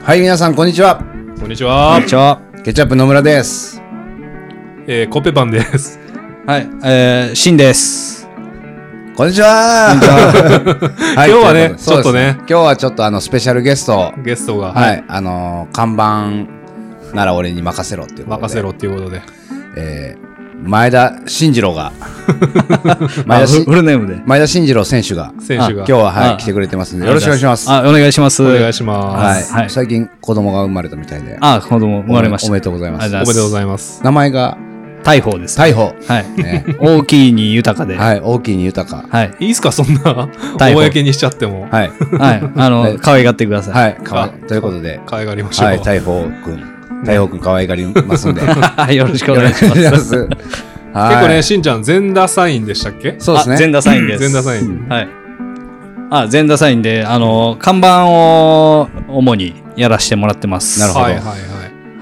はい、皆さんこんにちは。 こんにちは。 こんにちは。 ケチャップ野村です。 コッペパンです。 はい、シンです。 こんにちは。 こんにちは。 今日はね、ちょっとね、 今日はちょっとスペシャルゲストが、 はい、看板なら俺に任せろっていうことで。 任せろっていうことで。 前田慎次郎がフルネームで前田慎次郎選手が今日は、はい、来てくれてますんでよろしくお願いします。 お願いします。 お願いします。 はい、最近子供が生まれたみたいで。 子供生まれました。 おめでとうございます。 おめでとうございます。 名前が大鵬です。 大鵬。 はい。ね、大きいに豊かで。 はい、大きいに豊か。 はい。 いいっすか、そんな公にしちゃっても。 はい。 はい。可愛がってください。 はい。ということで可愛がりましょう。 はい、大鵬くん可愛がりますんで。 よろしくお願いします。 結構ね、しんちゃん、全田サインでしたっけ？ そうですね。 全田サインです。 全田サイン。 はい。全田サインで、看板を主にやらせてもらってます。 なるほど。 はいはいはい。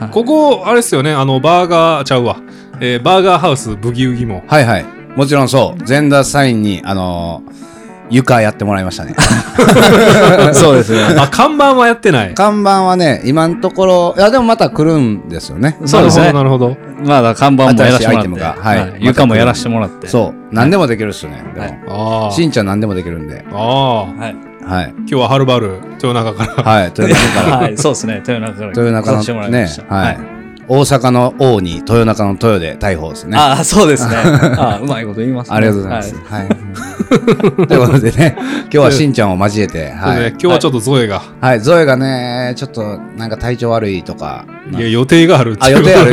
ここ、あれですよね、バーガーちゃうわ。バーガーハウスブギウギも。 はいはい。もちろんそう。全田サインに、床やってもらいましたね。 そうですね。 看板はやってない。 看板はね、今のところ、いやでもまた来るんですよね。 そうですね。 なるほど。 まだ看板もやらせてもらって。 はい。 床もやらせてもらって。 そう。何でもできるっすよね。でも。しんちゃん何でもできるんで。 はい。今日ははるばる、豊中から。 はい。豊中から。 はい。そうですね。豊中から。 豊中のね。はい。大阪の王に豊中の豊で大鵬ですね。 そうですね。うまいこと言いますね。 ありがとうございます。はい。ということでね、今日はしんちゃんを交えて、 はい。今日はちょっとゾエが。 はい、ゾエがね、ちょっとなんか体調悪いとか。 いや、予定がある。 予定あ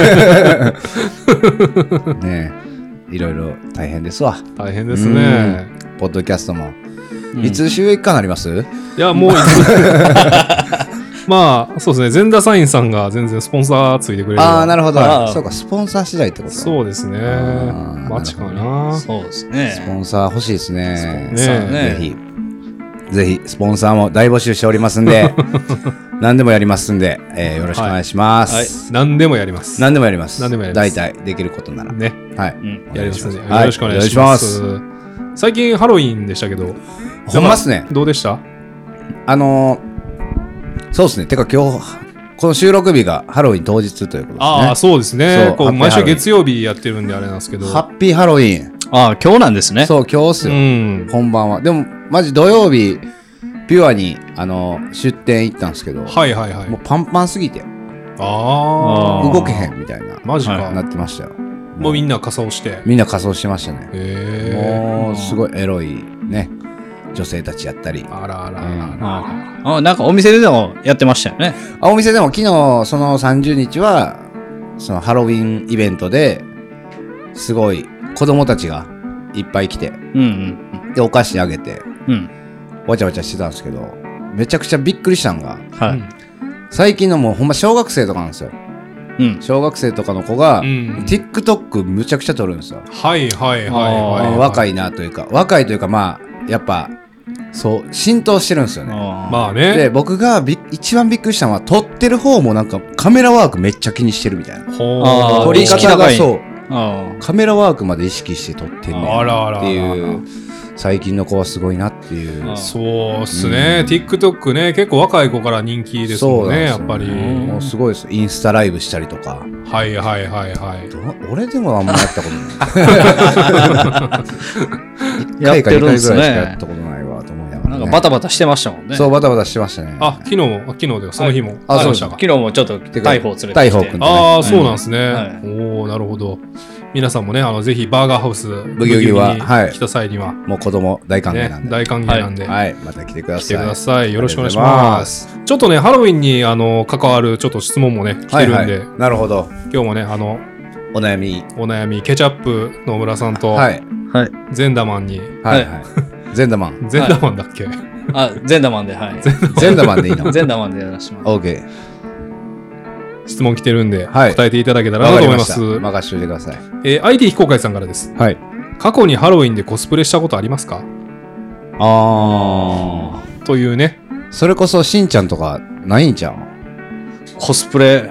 る。ねいろいろ大変ですわ。 大変ですね。 ポッドキャストも。いつ収益化なります？ いや、もういつ。まあ、そうですね。全田サインさんが全然スポンサーついてくれる。 なるほど。そうか、スポンサー次第ってこと？ そうですね。マジかな。 そうですね。 スポンサー欲しいですね。ぜひ、スポンサーも大募集しておりますんで、何でもやりますんで、よろしくお願いします。 何でもやります。 何でもやります。大体できることなら。 ね。 はい。 やりますんで、よろしくお願いします。最近ハロウィンでしたけど。 ほんまっすね。 どうでした？ そうですね。てか今日、この収録日がハロウィン当日ということですね。 そうですね。毎週月曜日やってるんであれなんですけど。 ハッピーハロウィン。 今日なんですね。 そう、今日っすよ。本番は。でも、マジ土曜日、ピュアに、出店行ったんですけど。 はいはいはい。 もうパンパンすぎて。動けへんみたいな。 マジか。 なってましたよ。 もうみんな仮装して。 みんな仮装してましたね。 もう、すごいエロいね。女性たちやったり。 なんかお店でもやってましたよね。 お店でも昨日その30日はそのハロウィンイベントですごい子供たちがいっぱい来て、でお菓子あげて、わちゃわちゃしてたんですけど、めちゃくちゃびっくりしたのが、最近のもうほんま小学生とかなんですよ。小学生とかの子が TikTok むちゃくちゃ撮るんですよ。若いなというか、若いというか、まあやっぱそう浸透してるんですよね。 まあね。 で僕が一番びっくりしたのは撮ってる方もなんかカメラワークめっちゃ気にしてるみたいな。撮り方がそうカメラワークまで意識して撮ってんねんっていう最近の子はすごいなっていう。 そうっすね。TikTok ね、結構若い子から人気ですもんね、やっぱり。 もうすごいです。インスタライブしたりとか。 はい俺でもあんまやったことない。1回か2回ぐらいしかやったことないわと思いながら。 なんかバタバタしてましたもんね。 そう、バタバタしてましたね。 昨日でその日も。 そうでしたか。昨日もちょっと大鵬連れてきて。 大鵬くんとね。 そうなんですね。なるほど。皆さんもね、ぜひバーガーハウスブギウギは来た際には、 もう子供大歓迎なんで。 大歓迎なんで。 はい、また来てください。 よろしくお願いします。ちょっとね、ハロウィンに関わるちょっと質問もね、来てるんで。 なるほど。 今日もね、 お悩み、 ケチャップ野村さんと、ゼンダマンに。 ゼンダマン。 ゼンダマンだっけ？ ゼンダマンで、はい。 ゼンダマンでいいの？ ゼンダマンでやらせてもらって。 OK。 質問来てるんで、答えていただけたらなと思います。 任せておいてください。 IT 非公開さんからです。過去にハロウィンでコスプレしたことありますか？というね。 それこそしんちゃんとかないんちゃう？ コスプレ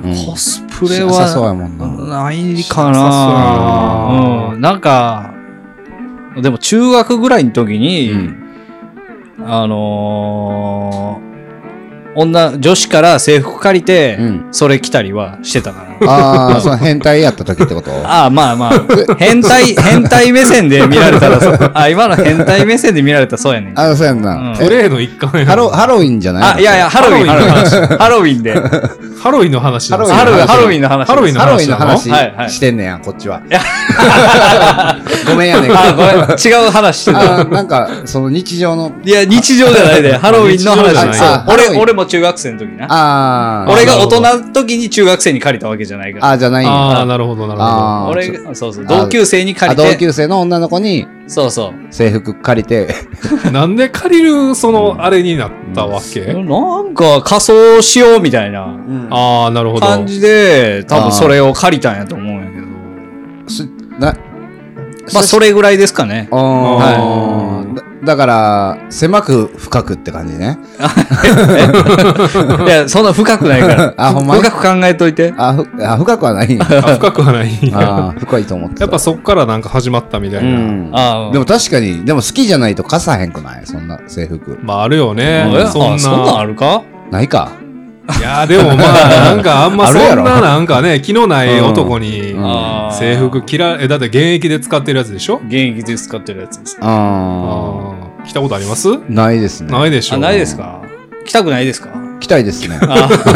はないかな。なんかでも中学ぐらいの時に、 女子から制服借りて、それ着たりはしてたから。 ああ、その変態やった時ってこと？ ああ、まあまあ。変態目線で見られたらそう。あ、今の変態目線で見られたらそうやねん。 あ、そうやんな。 プレイの一環や。 ハロウィンじゃない？ あ、いやいや、ハロウィンの話。ハロウィンで。 ハロウィンの話だ。 ハロウィンの話。 ハロウィンの話してんねや、こっちは。ごめんやねん。 あ、ごめん。違う話してた。 なんか、その日常の。 いや、日常じゃないで。ハロウィンの話。俺も中学生の時な。俺が大人の時に中学生に借りたわけじゃないから。 あ、じゃないんや。 ああ、なるほど、なるほど。 俺が、そうそう、同級生に借りて。 同級生の女の子に、 そうそう。 制服借りて。 なんで借りる、あれになったわけ？ なんか仮装しようみたいな。 ああ、なるほど。 感じで、多分それを借りたんやと思うんやけど。まあ、それぐらいですかね。 だから、狭く深くって感じね。 いや、そんな深くないから。あ、ほんまに深く考えといて。 深くはない。 深くはない。 深いと思って。 やっぱそっからなんか始まったみたいな。 でも確かに、でも好きじゃないと貸さへんくない？そんな制服。 まあ、あるよね。 そんなんあるか？ ないか。 いやでもまあなんかあんまそんななんかね気のない男に制服着られだって現役で使ってるやつでしょ？ 現役で使ってるやつです。 着たことあります？ ないですね。 ないでしょ。 ないですか？着たくないですか？ 着たいですね。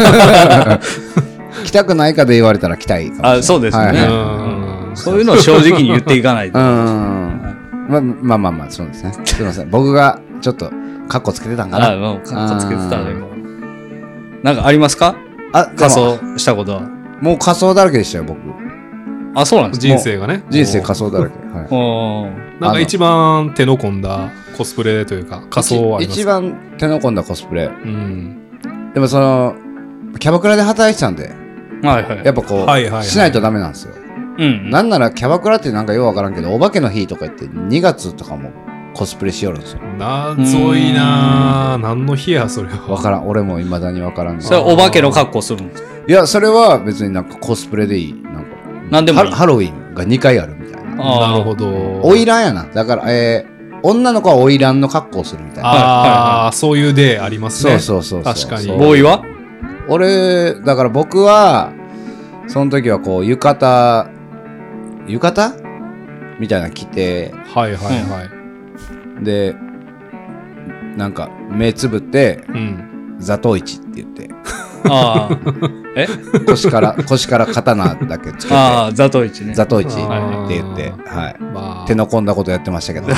着たくないかで言われたら着たいかもしれない。 そうですね。そういうのを正直に言っていかないと。 まあそうですね。すいません。僕がちょっとカッコつけてたんかな。 カッコつけてたね。なんかありますか？仮装したことは。 もう仮装だらけでしたよ、僕。 あ、そうなんですか？ 人生がね。 人生仮装だらけ。 なんか一番手の込んだコスプレというか仮装はありますか？ 一番手の込んだコスプレ。でもキャバクラで働いてたんで、やっぱこう、しないとダメなんですよ。なんならキャバクラってなんかようわからんけど、お化けの日とか言って2月とかもコスプレしよるんですよ。 謎いなぁ。何の日やそれは。 わからん。俺も未だにわからん。 それお化けの格好するんですか？ いや、それは別になんかコスプレでいい。 なんでもいい。 ハロウィンが2回あるみたいな。 なるほど。 花魁やな。だから、女の子は花魁の格好するみたいな。 ああ、そういうデーありますね。 そう。 確かに。 ボーイは？ だから僕は、その時はこう、浴衣みたいなの着て、で、なんか目つぶって、座頭市って言って、腰から刀だけつけて、 座頭市ね。 座頭市って言って、手の込んだことやってましたけど。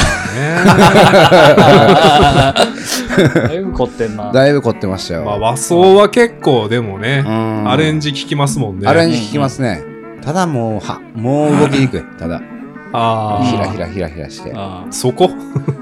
だいぶ凝ってんな。 だいぶ凝ってましたよ。 和装は結構でもね、アレンジ効きますもんね。 アレンジ効きますね。ただもう動きにくい。ただ。ひらひらして。 そこ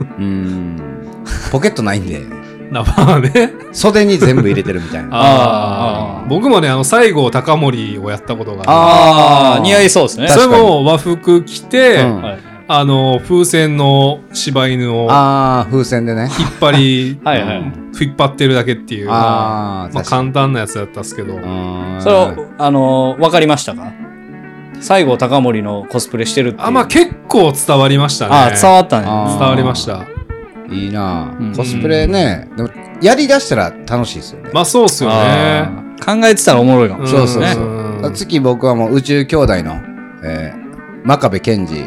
ポケットないんで。 まあね。 袖に全部入れてるみたいな。 僕もね、西郷隆盛をやったことがある。似合いそうですね。 それも和服着て、風船の柴犬を風船でね引っ張ってるだけっていうまあ簡単なやつだったんですけど、それを分かりましたか？西郷隆盛のコスプレしてるっていう。 まあ結構伝わりましたね。 伝わったね。 伝わりました。 いいなコスプレね。でもやりだしたら楽しいですよね。 まあそうっすよね。 考えてたらおもろいかもしれない。 そう。次僕はもう宇宙兄弟の真壁賢治。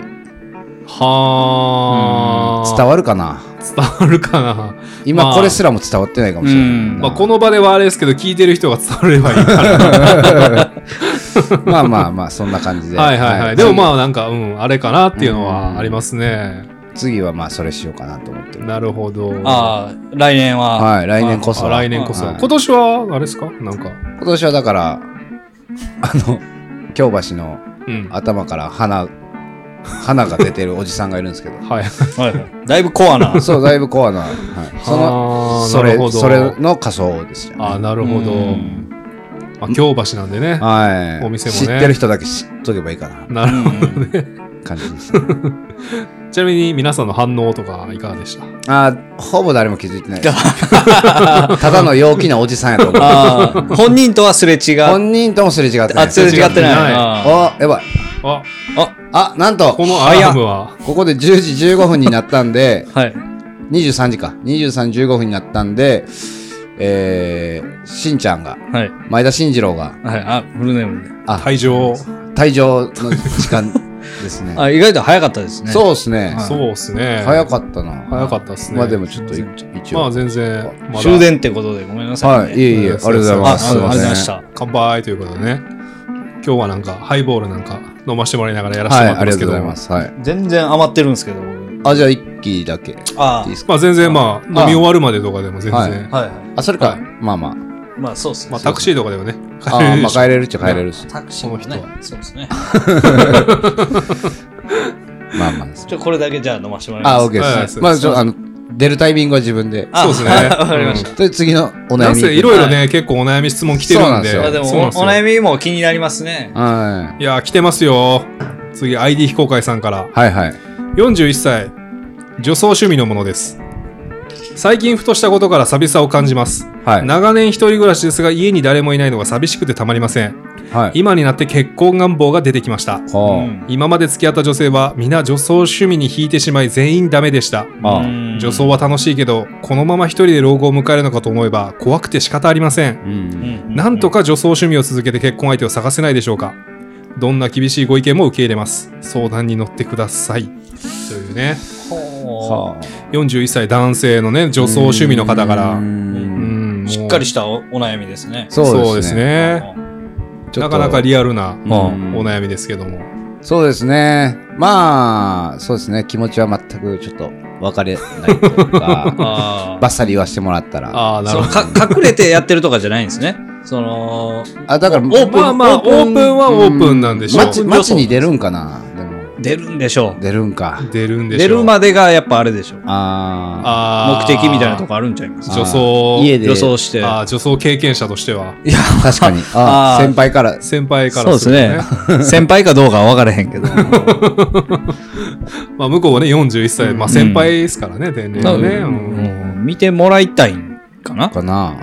伝わるかな？ 伝わるかな？ 今これすらも伝わってないかもしれない。 まあこの場ではあれですけど、聞いてる人が伝わればいいから。 まあそんな感じで。 でもまあなんかあれかなっていうのはありますね。 次はまあそれしようかなと思ってる。 なるほど。 来年は。 来年こそ。 来年こそ。今年はあれですか？なんか。 今年はだから京橋の頭から花が出てるおじさんがいるんですけど。 だいぶコアな。 そう、だいぶコアな。それの仮装ですよね。 なるほど。京橋なんでね。お店もね。 知ってる人だけ知っとけばいいかな。 なるほどね。 感じです。 ちなみに皆さんの反応とかいかがでした？ ほぼ誰も気づいてないです。ただの陽気なおじさんやと思う。 本人とはすれ違う。 本人ともすれ違ってない。 すれ違ってない。 やばい。なんと、 このアラームはここで10時15分になったんで、23時か。23時15分になったんで、 しんちゃんが、 はい、 前田慎二郎が、 はい、あ、フルネームで。 退場の時間ですね。 あ、意外と早かったですね。 そうですね。 そうですね。 早かったな。 早かったですね。 まあでもちょっと一応。 まあ全然。 終電ってことでごめんなさい、ね。 はい、いえいえ、ありがとうございます。 ありがとうございました。 乾杯ということでね。今日はなんかハイボールなんか飲ませてもらいながらやらせてもらってますけど。 はい、ありがとうございます。はい。 全然余ってるんですけど。 あ、じゃあ一気だけ。 ああ。まあ全然まあ飲み終わるまでとかでも全然。はい。 あ、それか、まあまあ。 まあそうっすね。 まあタクシーとかでもね。 まあ帰れるっちゃ帰れるし。 タクシーもね。そうですね。 まあまあ。 これだけじゃあ飲ませてもらいます。 あ、OK です。まあ出るタイミングは自分で。 そうですね。 わかりました。 で次のお悩み。 いろいろね、結構お悩み質問来てるんで。 でもお悩みも気になりますね。 はい。 いや、来てますよ。次、ID 非公開さんから。 はいはい。 41歳、女装趣味のものです。最近ふとしたことから寂しさを感じます。はい、長年一人暮らしですが家に誰もいないのが寂しくてたまりません。はい、今になって結婚願望が出てきました。今まで付き合った女性は皆女装趣味に引いてしまい全員ダメでした。女装は楽しいけどこのまま一人で老後を迎えるのかと思えば怖くて仕方ありません。なんとか女装趣味を続けて結婚相手を探せないでしょうか。どんな厳しいご意見も受け入れます。相談に乗ってください。というね。41歳男性のね女装趣味の方からしっかりしたお悩みですね。 そうですね。なかなかリアルなお悩みですけども。 そうですね。まあそうですね。気持ちは全くちょっと分かれないというかバッサリ言わしてもらったら。 なるほど。隠れてやってるとかじゃないんですね。 だからオープンはオープンなんでしょう。 街に出るんかな。 出るんでしょう。 出るんか。 出るまでがやっぱあれでしょう。目的みたいなとこあるんちゃいます。 女装家で女装して。 女装経験者としては。 いや確かに。先輩から。 そうですね。先輩かどうかは分からへんけど。 まあ向こうはね41歳、まあ先輩ですからね年齢はね。 見てもらいたいんかな。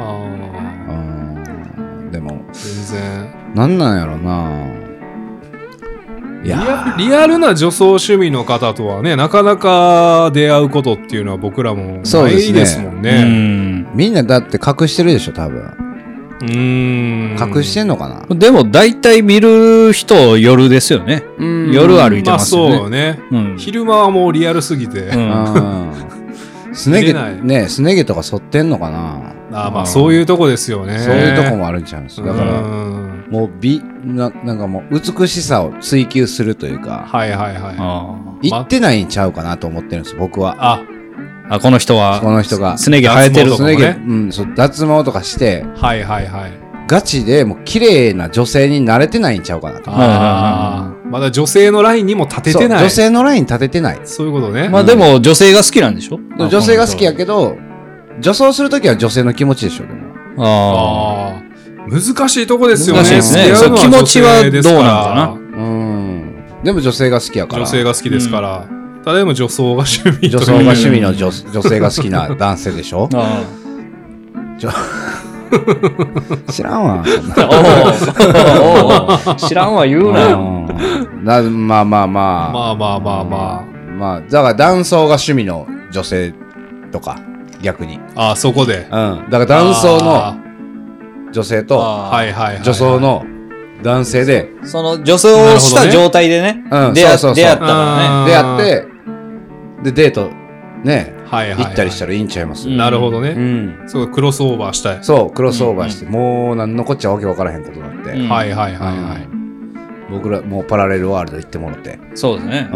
でも全然。 なんなんやろな。 リアルな女装趣味の方とはねなかなか出会うことっていうのは僕らもないですもんね。 みんなだって隠してるでしょ多分。隠してんのかな。 でも大体見る人夜ですよね。夜歩いてますよね。 まあそうね。昼間はもうリアルすぎて。 すね毛とか剃ってんのかな。 まあそういうとこですよね。 そういうとこもあるんちゃうんですだからもうなんかもう美しさを追求するというか言ってないんちゃうかなと思ってるんです僕は。 この人がすね毛生えてるすね毛脱毛とかしてガチでもう綺麗な女性に慣れてないんちゃうかなと。 まだ女性のラインにも立ててない。 女性のライン立ててない。 そういうことね。 まあでも女性が好きなんでしょ。 女性が好きやけど女装するときは女性の気持ちでしょ。でも難しいとこですよね。 気持ちはどうなんかな。でも女性が好きやから。 女性が好きですから。ただでも女装が趣味。 女装が趣味の女性が好きな男性でしょ。知らんわ。 知らんわ言うなよ。 まあだから男装が趣味の女性とか逆に。 そこで。 だから男装の女性と女装の男性でその女装をした状態でね出会ったらね出会ってでデートね行ったりしたらいいんちゃいます。 なるほどね。そうクロスオーバーしたい。 そうクロスオーバーしてもう何のこっちゃわけわからへんことになって僕らもうパラレルワールド行ってもらって。 そうですね。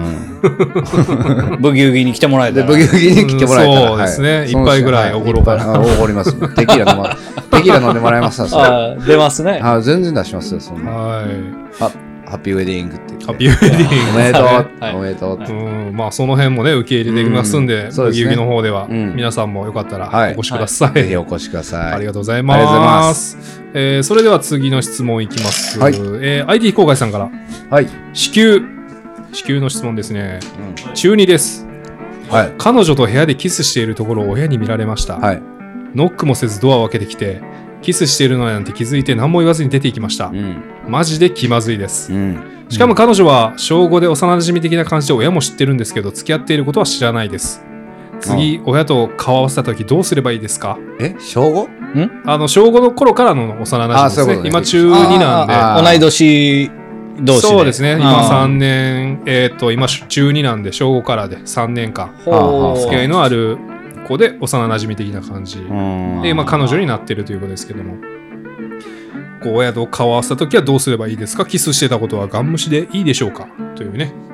ブギウギに来てもらえたら。 ブギウギに来てもらえたら。 そうですね。一杯ぐらいおごろうかな。 おごります。テキーラ飲んでもらえますか。出ますね。 全然出しますよ。そんな。ハッピーウェディングって言って。 ハッピーウェディング。 おめでとう。 まあその辺もね受け入れてきますんで、ブギウギの方では皆さんもよかったらお越しください。 ぜひお越しください。 ありがとうございます。それでは次の質問いきます。ID 非公開さんから。子宮の質問ですね。中2です。彼女と部屋でキスしているところを親に見られました。ノックもせずドアを開けてきてキスしているのなんて気づいて何も言わずに出ていきました。マジで気まずいです。しかも彼女は小5で幼馴染的な感じで親も知ってるんですけど付き合っていることは知らないです。 次、親と顔合わせた時どうすればいいですか？ 小 5？ 小5の頃からの幼馴染ですね。今中2なんで。同い年同士で。 そうですね。今3年、今中2なんで、小5からで3年間、付き合いのある子で幼馴染的な感じ。で、今彼女になってるということですけども。親と顔を合わせた時はどうすればいいですか？キスしてたことはガン無視でいいでしょうか？というね。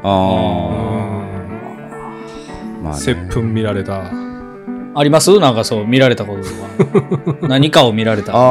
接吻見られた。 あります？なんかそう見られたこととか。何かを見られた。 ま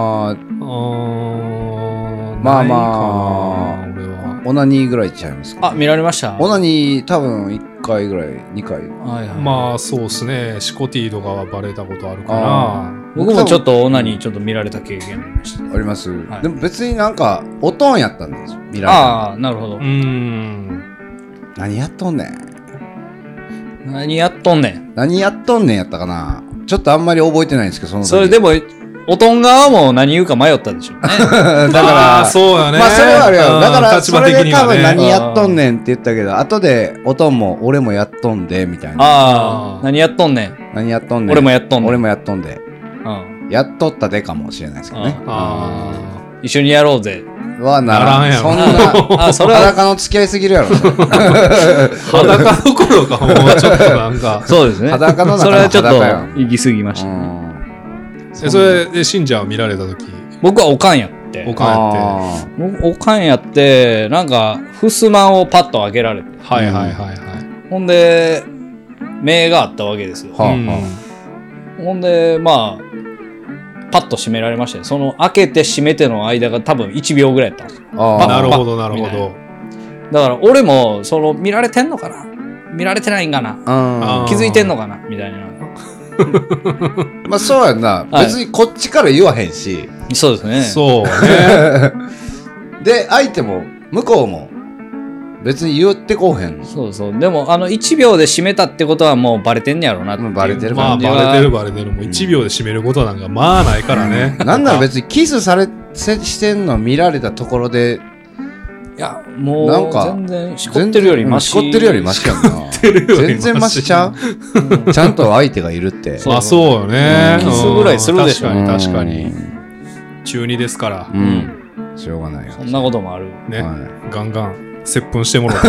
あまあ、俺はオナニーぐらいちゃいますか、 見られました？ オナニー多分1回ぐらい、2回。 まあそうですね。シコティとかはバレたことあるかな。 僕もちょっとオナニーちょっと見られた経験ありました。 あります。でも別になんかおとんやったんですよ。見られた。 なるほど。 何やっとんねん。 何やっとんねんやったかな。ちょっとあんまり覚えてないんですけど、 それでもおとん側も何言うか迷ったでしょうね。 だからそうやね。 まあそれはあるよ。だからそれで多分何やっとんねんって言ったけど、後でおとんも俺もやっとんでみたいな。 何やっとんねん。俺もやっとんで。やっとったでかもしれないですけどね。 一緒にやろうぜ。 はならんやろ。そんな裸の付き合いすぎるやろ。 裸の頃かもうちょっとなんか。 そうですね。 裸の中のそれはちょっと行き過ぎました。 それでしんちゃんを見られた時、 僕はおかんやっておかんやってなんかふすまをパッと開けられて、ほんで目があったわけですよ。ほんでまあパッと閉められましたね。その開けて閉めての間が多分1秒ぐらいやったんですよ。 なるほどなるほど。 だから俺もその見られてんのかな、見られてないんかな、気づいてんのかなみたいな。 まあそうやんな、別にこっちから言わへんし。 そうですね。 そうね。 で相手も向こうも別に言ってこうへん。 そうそう。でも1秒で閉めたってことはもうバレてんねやろうなっていう。 バレてる。 まあバレてる。もう1秒で閉めることなんかまあないからね。 なんなら別にキスしてんの見られたところで、 いやもうなんか全然しこってるよりマシ。 しこってるよりマシやんな。全然マシちゃう。ちゃんと相手がいるって。 あ、そうよね。 キスぐらいするでしょ。 確かに。中2ですから。 しょうがないよ。 そんなこともある。 ね。ガンガン接吻してもらって。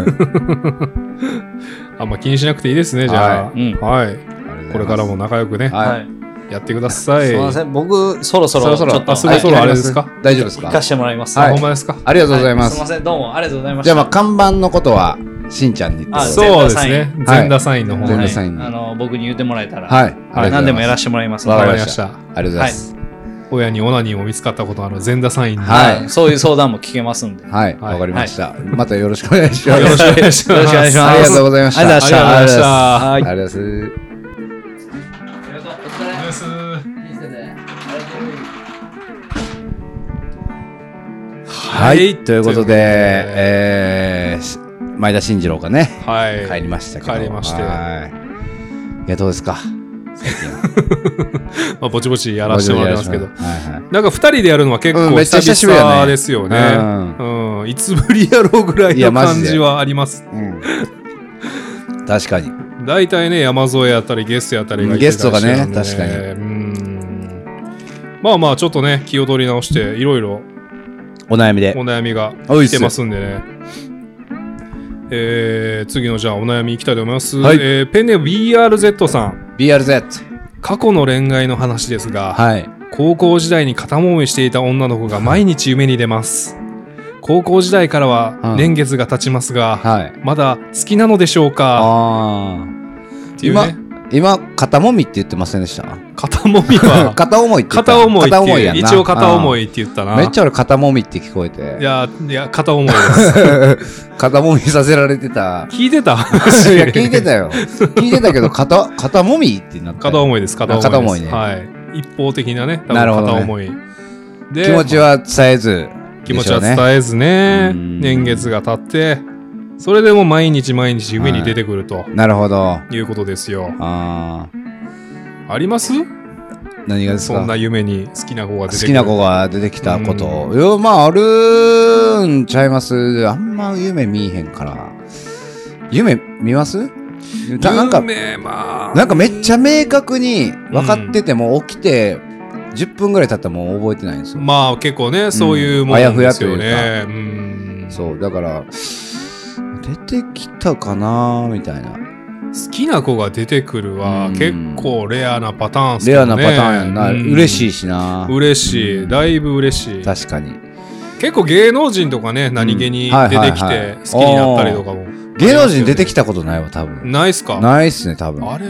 あんま気にしなくていいですね、じゃあ。はい。これからも仲良くね。やってください。 すみません、僕そろそろちょっとそろそろあれですか？ 大丈夫ですか？ 行かしてもらいます。 ほんまですか？ ありがとうございます。 すみません、どうもありがとうございました。 じゃあまあ看板のことはしんちゃんに言って。 そうですね。全裸サインの方全裸サイン僕に言ってもらえたら、 何でもやらせてもらいます。 わかりました。ありがとうございます。 親にオナニーも見つかったことある全裸サインに、 そういう相談も聞けますんで。 はい、わかりました。またよろしくお願いします。 よろしくお願いします。 ありがとうございました。 ありがとうございました。 ありがとうございました。ありがとうございます。はい、ということで、前田慎二郎がね、帰りましたけど。 帰りまして。いや、どうですか？ まあぼちぼちやらせてもらいますけど、なんか2人でやるのは結構久々ですよね。いつぶりやろうぐらいの感じはあります。 確かに。 大体ね、山添やったりゲストやったりがいてたりしてるんで、 ゲストがね、確かに。 まあまあちょっとね、気を取り直していろいろお悩みが来てますんでね。次のじゃあお悩みいきたいと思います。ペンネーム BRZ さん。 BRZ。 過去の恋愛の話ですが、高校時代に片思いしていた女の子が毎日夢に出ます。高校時代からは年月が経ちますが、まだ好きなのでしょうか？っていうね。 今片もみって言ってませんでした？ 片もみは片思いって言った。 片思いやんな。一応片思いって言ったな。 めっちゃ俺片もみって聞こえて。 いや片思いです。 片もみさせられてた。 聞いてた？いや聞いてたよ。聞いてたけど片もみってなった。 片思いです。片思いね。はい。一方的なね。なるほど。片思い。 気持ちは伝えず。 気持ちは伝えずね。年月が経って。それでも毎日夢に出てくると。 なるほど。 いうことですよ。あります？ 何がですか？ そんな夢に好きな子が出てくる。 好きな子が出てきたこと。まああるんちゃいます。あんま夢見えへんから。夢見ます？ なんかめっちゃ明確に分かってても起きて10分ぐらい経ったらもう覚えてないんですよ。 まあ結構ね、そういうもんですよね。 そうだから出てきたかなみたいな。 好きな子が出てくるは結構レアなパターンっすよね。 レアなパターンやんな。嬉しいしな。 嬉しい、だいぶ嬉しい。 確かに。 結構芸能人とかね、何気に出てきて好きになったりとかも。 芸能人出てきたことないわ、多分。 ないっすか？ ないっすね、多分。 あれ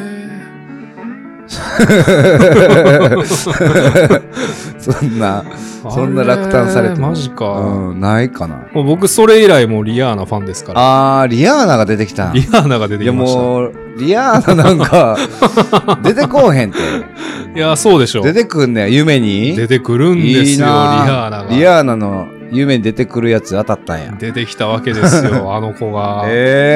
そんな落胆されてマジか、 ないかな。 もう僕それ以来もうリアーナファンですから。 リアーナが出てきた。 リアーナが出てきました。いやもうリアーナなんか出てこうへんって。 いやそうでしょ。 出てくんね、夢に出てくるんですよ。いいリアーナが。 リアーナの夢に出てくるやつ当たったんや。 出てきたわけですよ、あの子が。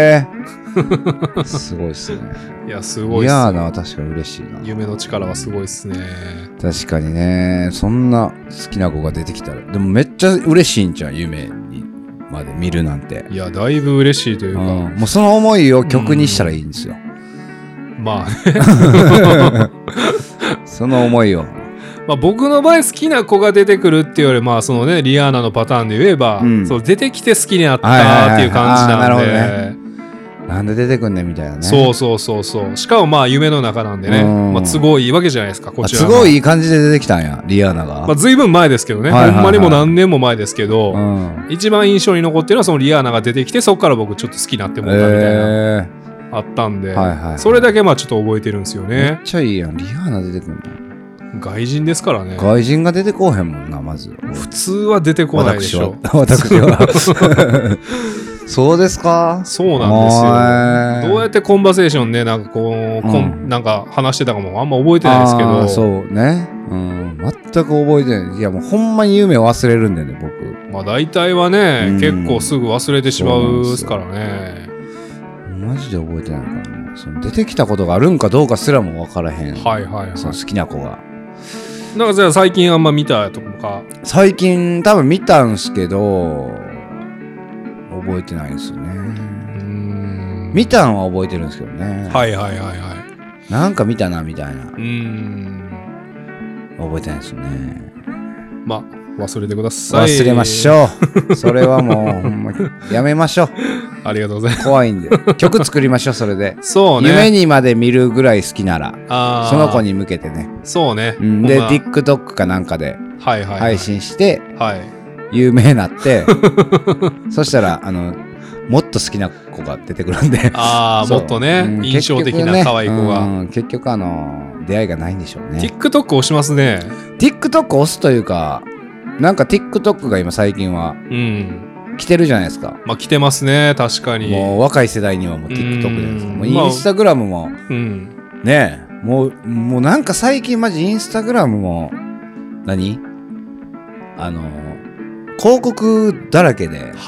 すごいっすね。 いやすごいっすね。 リアーナは確かに嬉しいな。 夢の力はすごいっすね。 確かにね。そんな好きな子が出てきたら、でもめっちゃ嬉しいんじゃん、夢にまで見るなんて。 いやだいぶ嬉しいというか、もうその思いを曲にしたらいいんですよ。 まあねその思いを。 まあ、僕の場合好きな子が出てくるっていうより、まあそのね、リアーナのパターンで言えば、そう出てきて好きになったっていう感じなんで、 なんで出てくんねんみたいなね。 そう。しかもまあ夢の中なんでね、まあ都合いいわけじゃないですか、こちらは。 都合いい感じで出てきたんや、リアーナが。 まあ随分前ですけどね、ほんまにもう何年も前ですけど、一番印象に残ってるのはそのリアーナが出てきて、そこから僕ちょっと好きになってもらったみたいな、あったんで、それだけまあちょっと覚えてるんですよね。 めっちゃいいやん、リアーナ出てくるの。 外人ですからね。 外人が出てこうへんもんな、まず。 普通は出てこないでしょ。 私は。そうですか？ そうなんですよ。どうやってコンバセーションね、なんかこう、なんか話してたかもあんま覚えてないですけど。 そうね。全く覚えてない。いやもうほんまに夢を忘れるんだよね、僕。 まあ大体はね、結構すぐ忘れてしまうですからね。 マジで覚えてないからね。その出てきたことがあるんかどうかすらも分からへん。その好きな子が。 なんかじゃあ最近あんま見たとか。 最近多分見たんすけど覚えてないんですよね。見たんは覚えてるんですけどね。なんか見たなみたいな。覚えてないですよね。 まあ忘れてください。 忘れましょう。それはもうほんまやめましょう。 ありがとうございます。 怖いんで曲作りましょう。それでそうね、 夢にまで見るぐらい好きならその子に向けてね。 そうね、 で TikTok かなんかで配信して有名になってそしたらもっと好きな子が出てくるんでもっとね、印象的な可愛い子が、 結局出会いがないんでしょうね。 TikTok 押しますね。 TikTok 押すというか、なんか TikTok が今最近は来てるじゃないですか。 まあ来てますね、確かに。 もう若い世代にはもう TikTok じゃないですか。もうインスタグラムもねえ、もうなんか最近マジインスタグラムも広告だらけで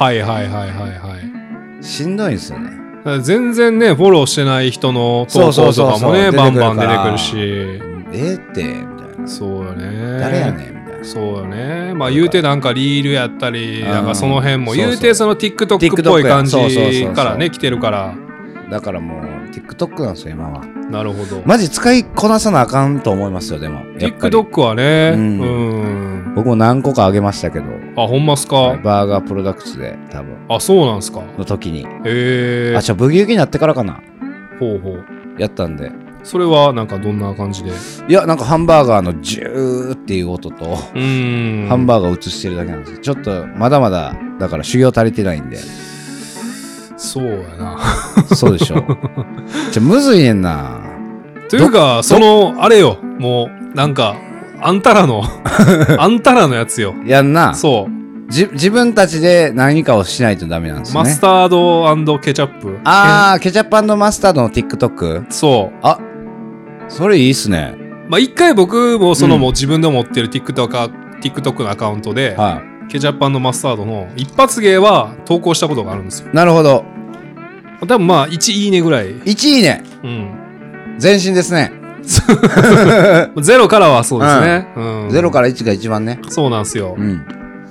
しんどいんですよね。 全然ね、フォローしてない人の投稿とかもね、バンバン出てくるし、 ってみたいな。 そうよね、 誰やねんみたいな。 そうよね。まあ言うてなんかリールやったり、なんかその辺も言うてその TikTok っぽい感じからね来てるから。 だからもう TikTok なんですよ今は。 なるほど。 マジ使いこなさなあかんと思いますよ。でも TikTok はね、 僕も何個かあげましたけど。 あ、ほんますか？ バーガープロダクツで多分。 あ、そうなんすか？ の時に。 ブギウギになってからかな。 ほうほう。 やったんで。 それはなんかどんな感じで？ いや、なんかハンバーガーのジューっていう音とハンバーガーを映してるだけなんですけど、ちょっとまだまだだから修行足りてないんで。 そうやな。 そうでしょ。むずいねんな。 というかそのあれよ、もうなんかあんたらのやつよ。 やんな。 そう。 自分たちで何かをしないとダメなんですね。 マスタード&ケチャップ。 ケチャップ&マスタードの TikTok？ そう。 あ、それいいっすね。 まあ一回僕ももう自分で持ってる TikTok のアカウントで、ケチャップ&マスタードの一発芸は投稿したことがあるんですよ。 なるほど。 多分まあ1いいねぐらい。 1いいね。前進ですね。 ゼロからはそうですね。 0から1が一番ね。 そうなんですよ。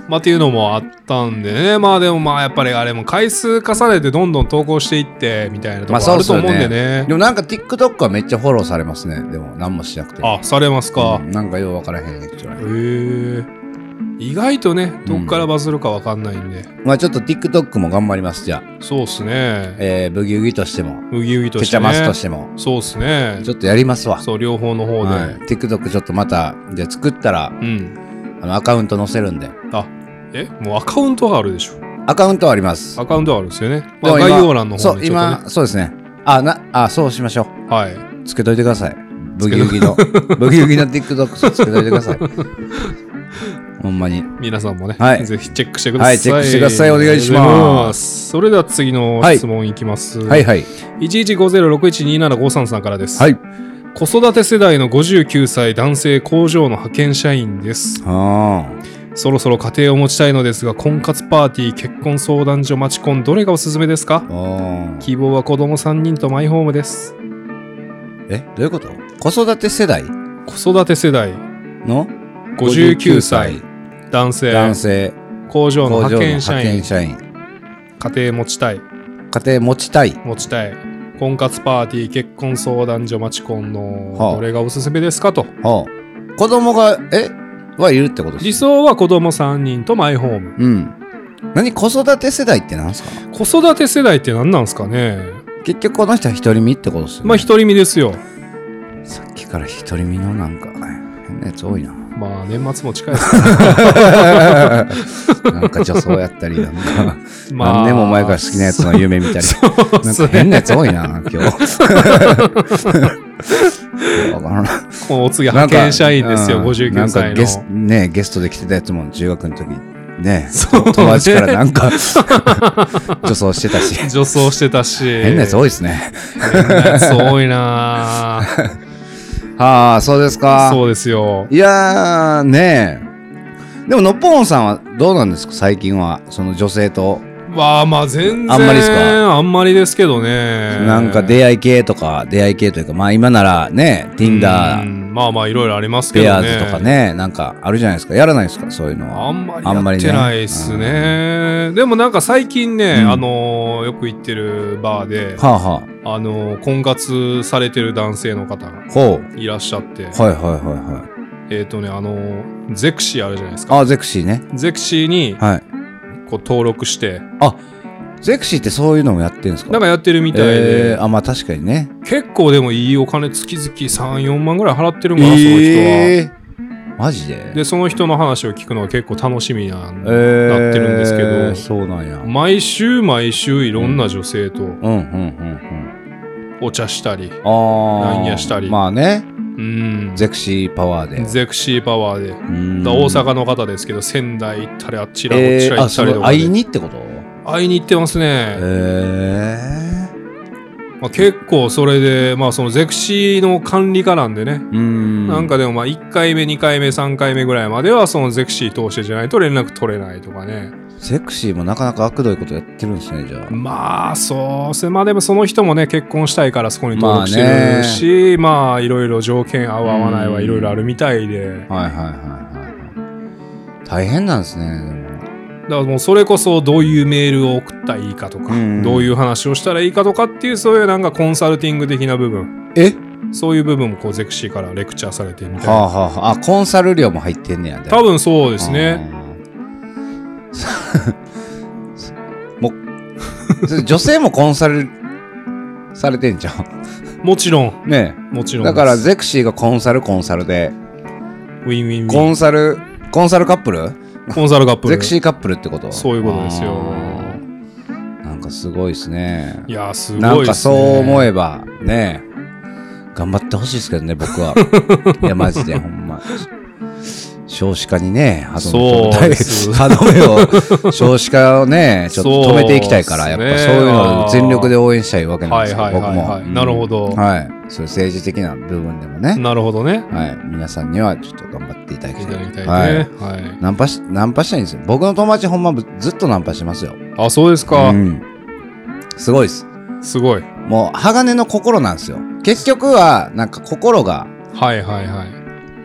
まあっていうのもあったんでね。まあでもまあやっぱりあれも回数重ねてどんどん投稿していってみたいなところあると思うんでね。 でもなんか TikTok はめっちゃフォローされますね。でも何もしなくて。 あ、されますか。 なんかよう分からへん人意外とね、どっからバズるか分かんないんで。 まあちょっと TikTok も頑張ります、じゃあ。 そうっすね。 ブギウギとしても。 ブギウギとしてケチャマスとしても。 そうっすね。 ちょっとやりますわ。 そう、両方の方で。 TikTok ちょっとまた、で作ったら、アカウント載せるんで。 もうアカウントがあるでしょ。 アカウントはあります。 アカウントはあるんですよね。まあ、概要欄の方にちょっとね。そう、今、そうですね。そうしましょう。はい。 つけといてください。ブギウギの TikTok つけといてください。ほんまに。 皆さんもね、ぜひチェックしてください。 はい、チェックしてください。お願いします。 それでは次の質問いきます。 はいはい。 1150612753さんからです。 はい。 子育て世代の59歳男性工場の派遣社員です。そろそろ家庭を持ちたいのですが、婚活パーティー、結婚相談所、マチコン、どれがおすすめですか？希望は子供3人とマイホームです。 どういうこと？子育て世代？ 子育て世代の 59歳男性工場の派遣社員家庭持ちたい婚活パーティー結婚相談所マチコンのどれがおすすめですかと。 子供がはいるってことです。 理想は子供3人とマイホーム。 何子育て世代ってなんですか？ 子育て世代って何なんですかね。 結局この人は独り身ってことですよね。 まあ独り身ですよ。 さっきから独り身のなんか変なやつ多いな。 まあ年末も近いですね。 なんか女装やったりなんか、何年も前から好きなやつの夢見たり、なんか変なやつ多いな今日。 お次派遣社員ですよ、59歳の。 ゲストで来てたやつも中学の時ね、友達からなんか女装してたし。変なやつ多いですね。 変なやつ多いな。 はあ、そうですか。 そうですよ。 いやーねえ。でものっぽんさんはどうなんですか最近は、その女性と。 まあ全然あんまりですか？ あんまりですけどね。 なんか出会い系というか、まあ今ならね、Tinder、 まあいろいろありますけどね。 ペアーズとかね、なんかあるじゃないですか。やらないですかそういうのは。 あんまりやってないですね。でもなんか最近ね、よく行ってるバーで、婚活されてる男性の方がいらっしゃって。ゼクシーあるじゃないですか。 ゼクシーね。 ゼクシーに、こう登録して。 ゼクシーってそういうのもやってるんですか？ なんかやってるみたいで。 まあ確かにね。 結構でもいいお金月々3、4万ぐらい払ってるんかな、その人は。 マジで？ で、その人の話を聞くのが結構楽しみになってるんですけど。 そうなんや。 毎週いろんな女性とお茶したり、なんやしたり。 まあね。ゼクシーパワーで。 大阪の方ですけど、仙台行ったり、あっちらこっちら行ったりとか。 会いにってこと？ 会いに行ってますね。結構それで、そのゼクシーの管理課なんでね。なんかでも1回目、2回目、3回目ぐらいまではそのゼクシー通してじゃないと連絡取れないとかね。 ゼクシーもなかなか悪どいことやってるんですね、じゃあ。 まあそうですね。でもその人もね、結婚したいからそこに登録してるし、いろいろ条件合う合わないはいろいろあるみたいで。 大変なんですね。 だからもうそれこそどういうメールを送ったらいいかとか、どういう話をしたらいいかとかっていう、そういうなんかコンサルティング的な部分。そういう部分もこうゼクシーからレクチャーされてみたいな。 コンサル料も入ってんねや。 多分そうですね。 もう女性もコンサルされてんじゃん。 もちろんね。 もちろんだからゼクシーがコンサルでウィンウィンコンサルカップルゼクシーカップルってこと？ そういうことですよ。 なんかすごいですね。 いやすごいですね。 なんかそう思えばね、頑張ってほしいですけどね、僕は。いやマジでほんま少子化にね、歯止めを少子化をねちょっと止めていきたいから、やっぱそういうのを全力で応援したいわけなんですよ、僕も。 なるほど。 そういう政治的な部分でもね。 なるほどね。 皆さんにはちょっと頑張っていただきたい。ナンパしたいんですよ。僕の友達ほんまずっとナンパしますよ。 あ、そうですか。 すごいです。 すごい。 もう鋼の心なんですよ。結局はなんか心が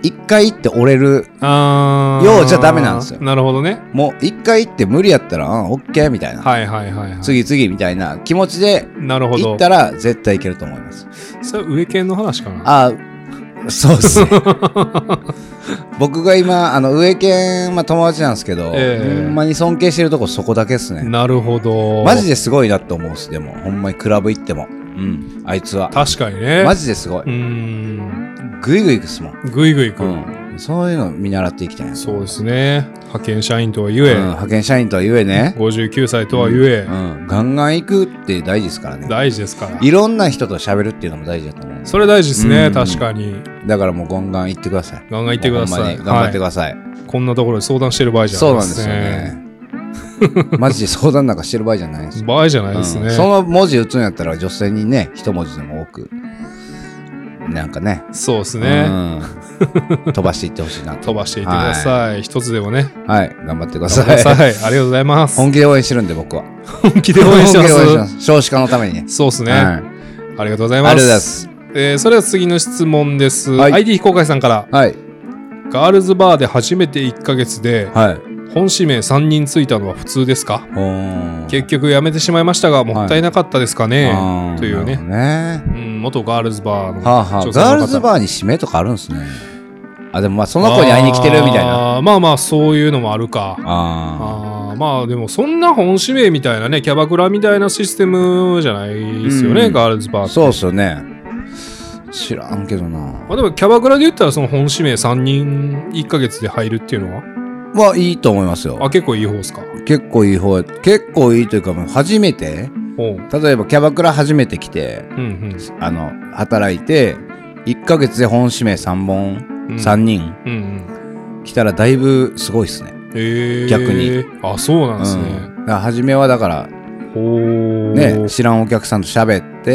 1回行って折れるようじゃダメなんですよ。 なるほどね。 もう1回行って無理やったらオッケーみたいな、 はいはいはい、はい、 次みたいな気持ちで行ったら絶対いけると思います。 それ上県の話かな。 そうですね。僕が今上県、友達なんですけど、ほんまに尊敬してるとこそこだけですね。 なるほど。 マジですごいなと思うし、でもほんまにクラブ行っても、あいつは確かにね、 マジですごい。グイグイ行くっすもん。 グイグイ行く、 そういうの見習っていきたいな。 そうですね。派遣社員とはゆえ、 派遣社員とはゆえね、 59歳とはゆえ、 ガンガン行くって大事ですからね。 大事ですから。 いろんな人と喋るっていうのも大事だと思う。 それ大事ですね、確かに。 だからもうガンガン行ってください。 ガンガン行ってください。 頑張ってください。 こんなところで相談してる場合じゃないですね。 そうなんですよね。マジで相談なんかしてる場合じゃないです。 場合じゃないですね。 その文字打つんやったら女性にね、一文字でも多くなんかね、 そうですね、 飛ばしていってほしいなと。 飛ばしていってください、一つでもね。 はい、頑張ってください。 ありがとうございます。 本気で応援してるんで、僕は本気で応援してます。 少子化のためにね。 そうですね、ありがとうございます。 ありがとうございます。 それでは次の質問です。ID 非公開さんから、ガールズバーで初めて1ヶ月で、本指名3人ついたのは普通ですか？結局やめてしまいましたが、もったいなかったですかね、というね、元ガールズバーの女性の方。 ガールズバーに指名とかあるんですね。でもその子に会いに来てるみたいな。 まあそういうのもあるか。まあでもそんな本指名みたいなね、キャバクラみたいなシステムじゃないですよね、ガールズバーって。 そうですよね。知らんけどな。 でもキャバクラで言ったらその本指名3人1ヶ月で入るっていうのはいいと思いますよ。 結構いい方ですか？ 結構いい方。結構いいというか、初めて、例えばキャバクラ初めて来て、働いて1ヶ月で本指名3本、3人来たらだいぶすごいっすね。逆に。 そうなんですね。 だから初めはだからね、知らんお客さんと喋って、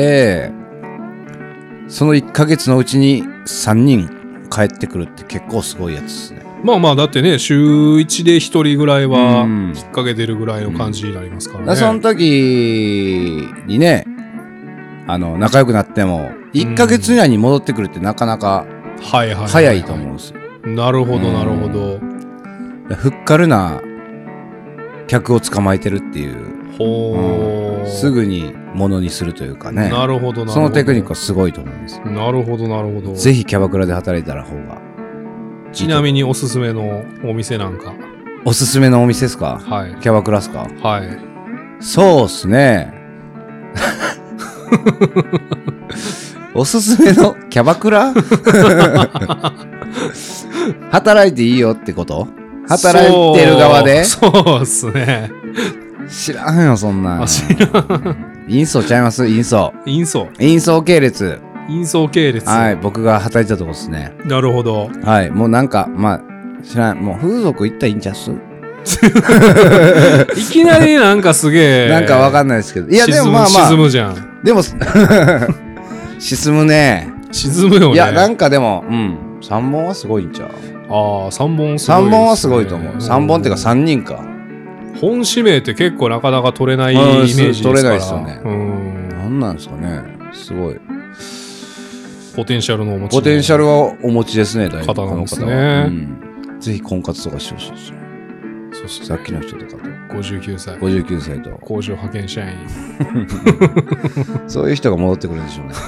その1ヶ月のうちに3人帰ってくるって結構すごいやつですね。 まあだってね、週1で1人ぐらいは引っ掛けてるぐらいの感じになりますからね。 その時にね、仲良くなっても1ヶ月以内に戻ってくるってなかなか早いと思うんですよ。 なるほどなるほど。 ふっかるな客を捕まえてるっていう、すぐにものにするというかね。 なるほどなるほど。 そのテクニックはすごいと思います。 なるほどなるほど。 ぜひキャバクラで働いたら方が。 ちなみにおすすめのお店なんか。 おすすめのお店ですか？キャバクラですか？そうっすね。おすすめのキャバクラ働いていいよってこと？働いてる側で？ そうっすね。 知らんよ、そんな。 知らん。 インソちゃいます？インソ系列。僕が働いてたとこですね。 なるほど。 もうなんか、知らん。もう風俗行ったらいいんちゃす？ いきなりなんかすげえ。 なんかわかんないですけど。いや、でも沈むじゃん。 でも、沈むね。 沈むよね。 いや、なんかでも、3本はすごいんちゃう？ 3本すごい。3本はすごいと思う。3本っていうか3人か。 本指名って結構なかなか取れないイメージですから。 取れないですよね。なんなんですかね。すごい。 ポテンシャルのお持ち。 ポテンシャルはお持ちですね、 方なんですね。 ぜひ婚活とかしてほしいですね。さっきの人とかと。 59歳と。工場派遣社員。 そういう人が戻ってくるんでしょうね。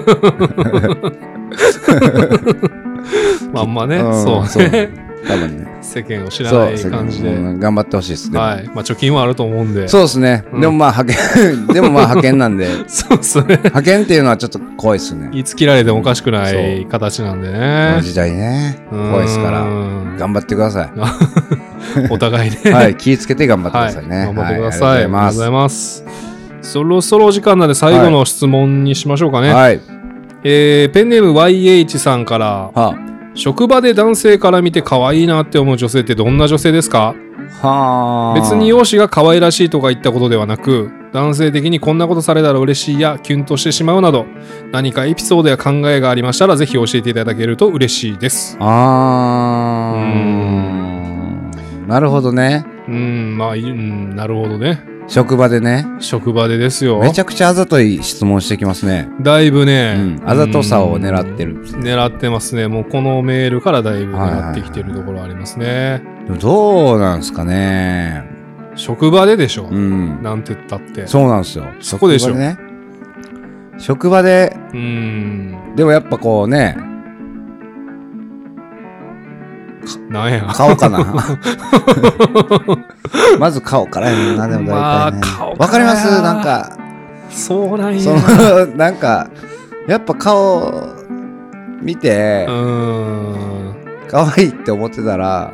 まんまね、そうね。 多分ね。 世間を知らない感じで。 頑張ってほしいですね。 貯金はあると思うんで。 そうですね。でも派遣なんで。 そうですね。 派遣っていうのはちょっと怖いですね。 いつ切られてもおかしくない形なんでね。 この時代ね。怖いですから。頑張ってください。 お互いね。 気をつけて頑張ってくださいね。 頑張ってください。ありがとうございます。そろそろお時間なんで最後の質問にしましょうかね。ペンネーム YH さんから、職場で男性から見て可愛いなって思う女性ってどんな女性ですか？別に容姿が可愛らしいとか言ったことではなく、男性的にこんなことされたら嬉しいやキュンとしてしまうなど、何かエピソードや考えがありましたらぜひ教えていただけると嬉しいです。 なるほどね。 なるほどね。 職場でね。 職場でですよ。 めちゃくちゃあざとい質問してきますね。 だいぶね、 あざとさを狙ってる。 狙ってますね。もうこのメールからだいぶ狙ってきてるところありますね。 でもどうなんすかね。 職場ででしょ。なんて言ったって。 そうなんですよ。 そこでしょ。 職場で、でもやっぱこうね、 なんや顔かなまず顔からやな。でも大体ね、わかります。なんかそうなんや。 なんかやっぱ顔見て可愛いって思ってたら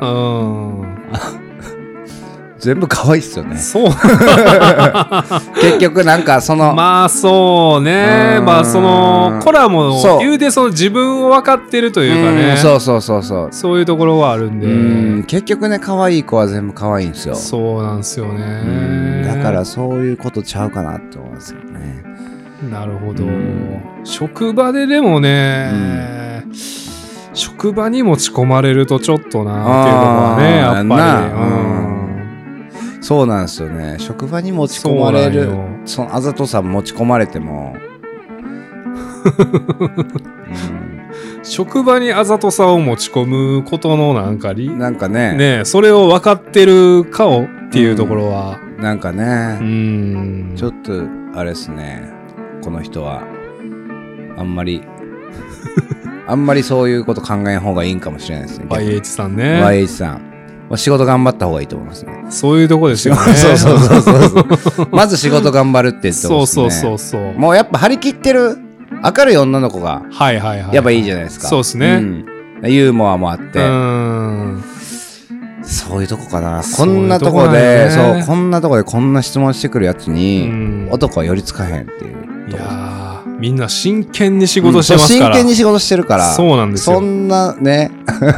全部可愛いっすよね。 そう結局なんかそのまあそうね、まあそのコラも言うてその自分を分かってるというかね、そういうところはあるんで、 結局ね可愛い子は全部可愛いんですよ。 そうなんですよね。 だからそういうことちゃうかなって思いますよね。 なるほど。職場ででもね、職場に持ち込まれるとちょっとなっていうのはね、やっぱりそうなんですよね。職場に持ち込まれる、そのあざとさ持ち込まれても、 職場にあざとさを持ち込むことのなんかね、 それを分かってる顔っていうところは、 なんかね、ちょっとあれですね。この人はあんまりそういうこと考えん方がいいんかもしれないですね。 YH さんね。 YH さん。仕事頑張った方がいいと思いますね。 そういうとこですよね。 そうまず仕事頑張るって言ってますね。 そう。 もうやっぱ張り切ってる明るい女の子がやっぱいいじゃないですか。 そうですね。 ユーモアもあって。そういうとこかな。こんなとこでこんな質問してくるやつに男は寄りつかへんっていう。 いやー、みんな真剣に仕事してますから。 真剣に仕事してるから。 そうなんですよ。 そんなね。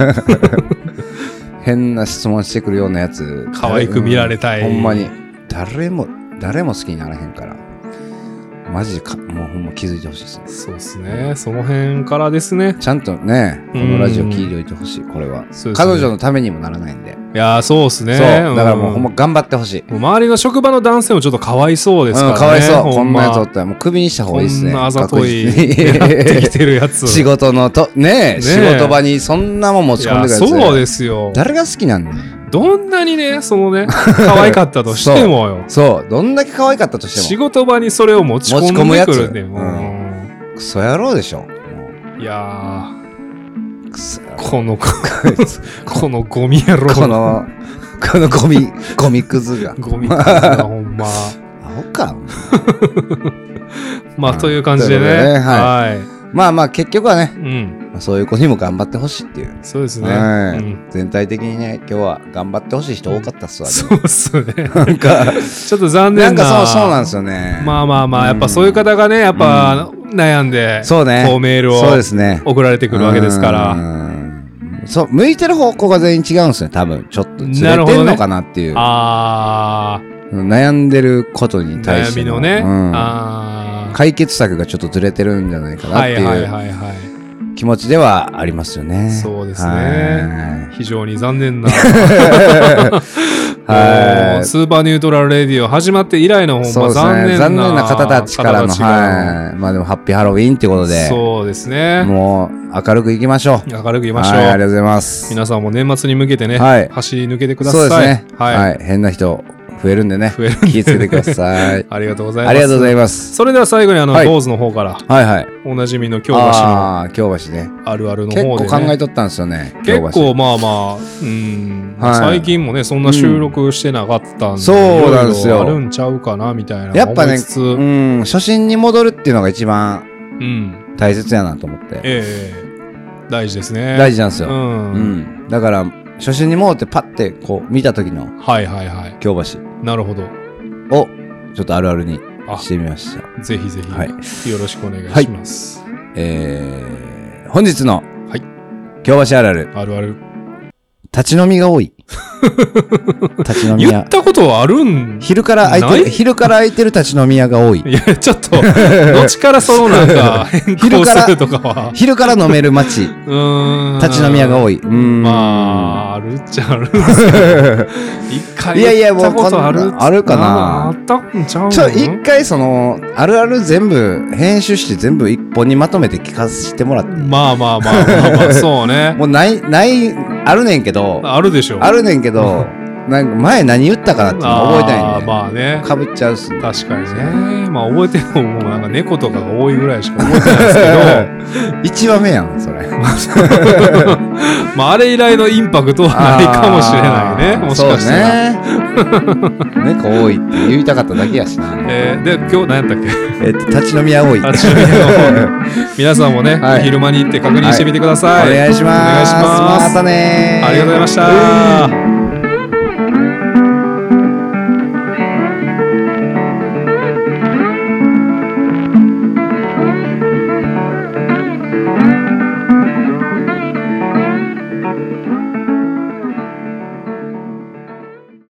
変な質問してくるようなやつ可愛く見られたい、 ほんまに誰も好きにならへんからマジでもうほんま気づいてほしいですね。 そうですね。その辺からですね。 ちゃんとねこのラジオ聞いておいてほしい。これは、彼女のためにもならないんで。 いやそうですね。 そうだからもうほんま頑張ってほしい。 周りの職場の男性もちょっとかわいそうですからね。 かわいそう。こんなやつおったらもうクビにした方がいいですね。 こんなあざといやってきてるやつ仕事のね仕事場にそんなもん持ち込んでくるやつ。 そうですよ。 誰が好きなんだよ。 どんなにねそのね可愛かったとしてもよ。 そうどんだけ可愛かったとしても仕事場にそれを持ち込んでくるってもうクソ野郎でしょ。 いやークソこのゴミ野郎このゴミクズがゴミクズがほんまアホかまあという感じでね、はい。 まあ結局はね、そういう子にも頑張ってほしいっていう。 そうですね、 全体的にね今日は頑張ってほしい人多かったっすわ。 そうっすね。 なんかちょっと残念な。 なんかそうなんですよね。 まあやっぱそういう方がねやっぱ悩んでこうメールを送られてくるわけですから。 そう向いてる方向が全員違うんですね。多分ちょっとずれてるのかなっていう。悩んでることに対しての悩みのね、 解決策がちょっとずれてるんじゃないかなっていう気持ちではありますよね。 そうですね。非常に残念なスーパーニュートラルレディオ始まって以来のほんま残念な方たちからのまあでもハッピーハロウィンってことでそうですね。 もう明るくいきましょう。 明るくいきましょう。 ありがとうございます。 皆さんも年末に向けてね走り抜けてください。 そうですね。変な人増えるんでね気をつけてください。 ありがとうございます。 ありがとうございます。 それでは最後に坊主の方からおなじみの京橋の京橋ねあるあるの方でね結構考えとったんですよね。 結構まあ最近もねそんな収録してなかったんで、 そうなんですよ。 あるんちゃうかなみたいな。 やっぱね初心に戻るっていうのが一番大切やなと思って。 大事ですね。 大事なんですよ。だから初心に戻ってパッてこう見た時の京橋なるほどをちょっとあるあるにしてみました。 ぜひぜひよろしくお願いします。 本日の京橋あるある立ち飲みが多い。 立ち飲み屋。 言ったことはあるん？ 昼から空いてる立ち飲み屋が多い。 いや、ちょっと、どっちからそのなんか、変更するとかは。 昼から飲める街。立ち飲み屋が多い。 まあ、あるっちゃあるんですけど。一回言ったことあるかな。 あったんちゃうの？ 一回あるある全部編集して全部一本にまとめて聞かせてもらって。 まあ、そうね。 もうあるねんけど。 あるでしょ。 あるねんけど、なんか前何言ったかなって覚えたいんで。 まあね。 かぶっちゃうっすね。 確かにね。まあ覚えてるのもなんか猫とかが多いぐらいしか覚えてないですけど。1話目やん、それ。 まああれ以来のインパクトはないかもしれないね。もしかしたら。 猫多いって言いたかっただけやしな。 で、今日何やったっけ？ 立ち飲み屋多い。 立ち飲み屋多い。皆さんもね、昼間に行って確認してみてください。 お願いします。 またね。ありがとうございました。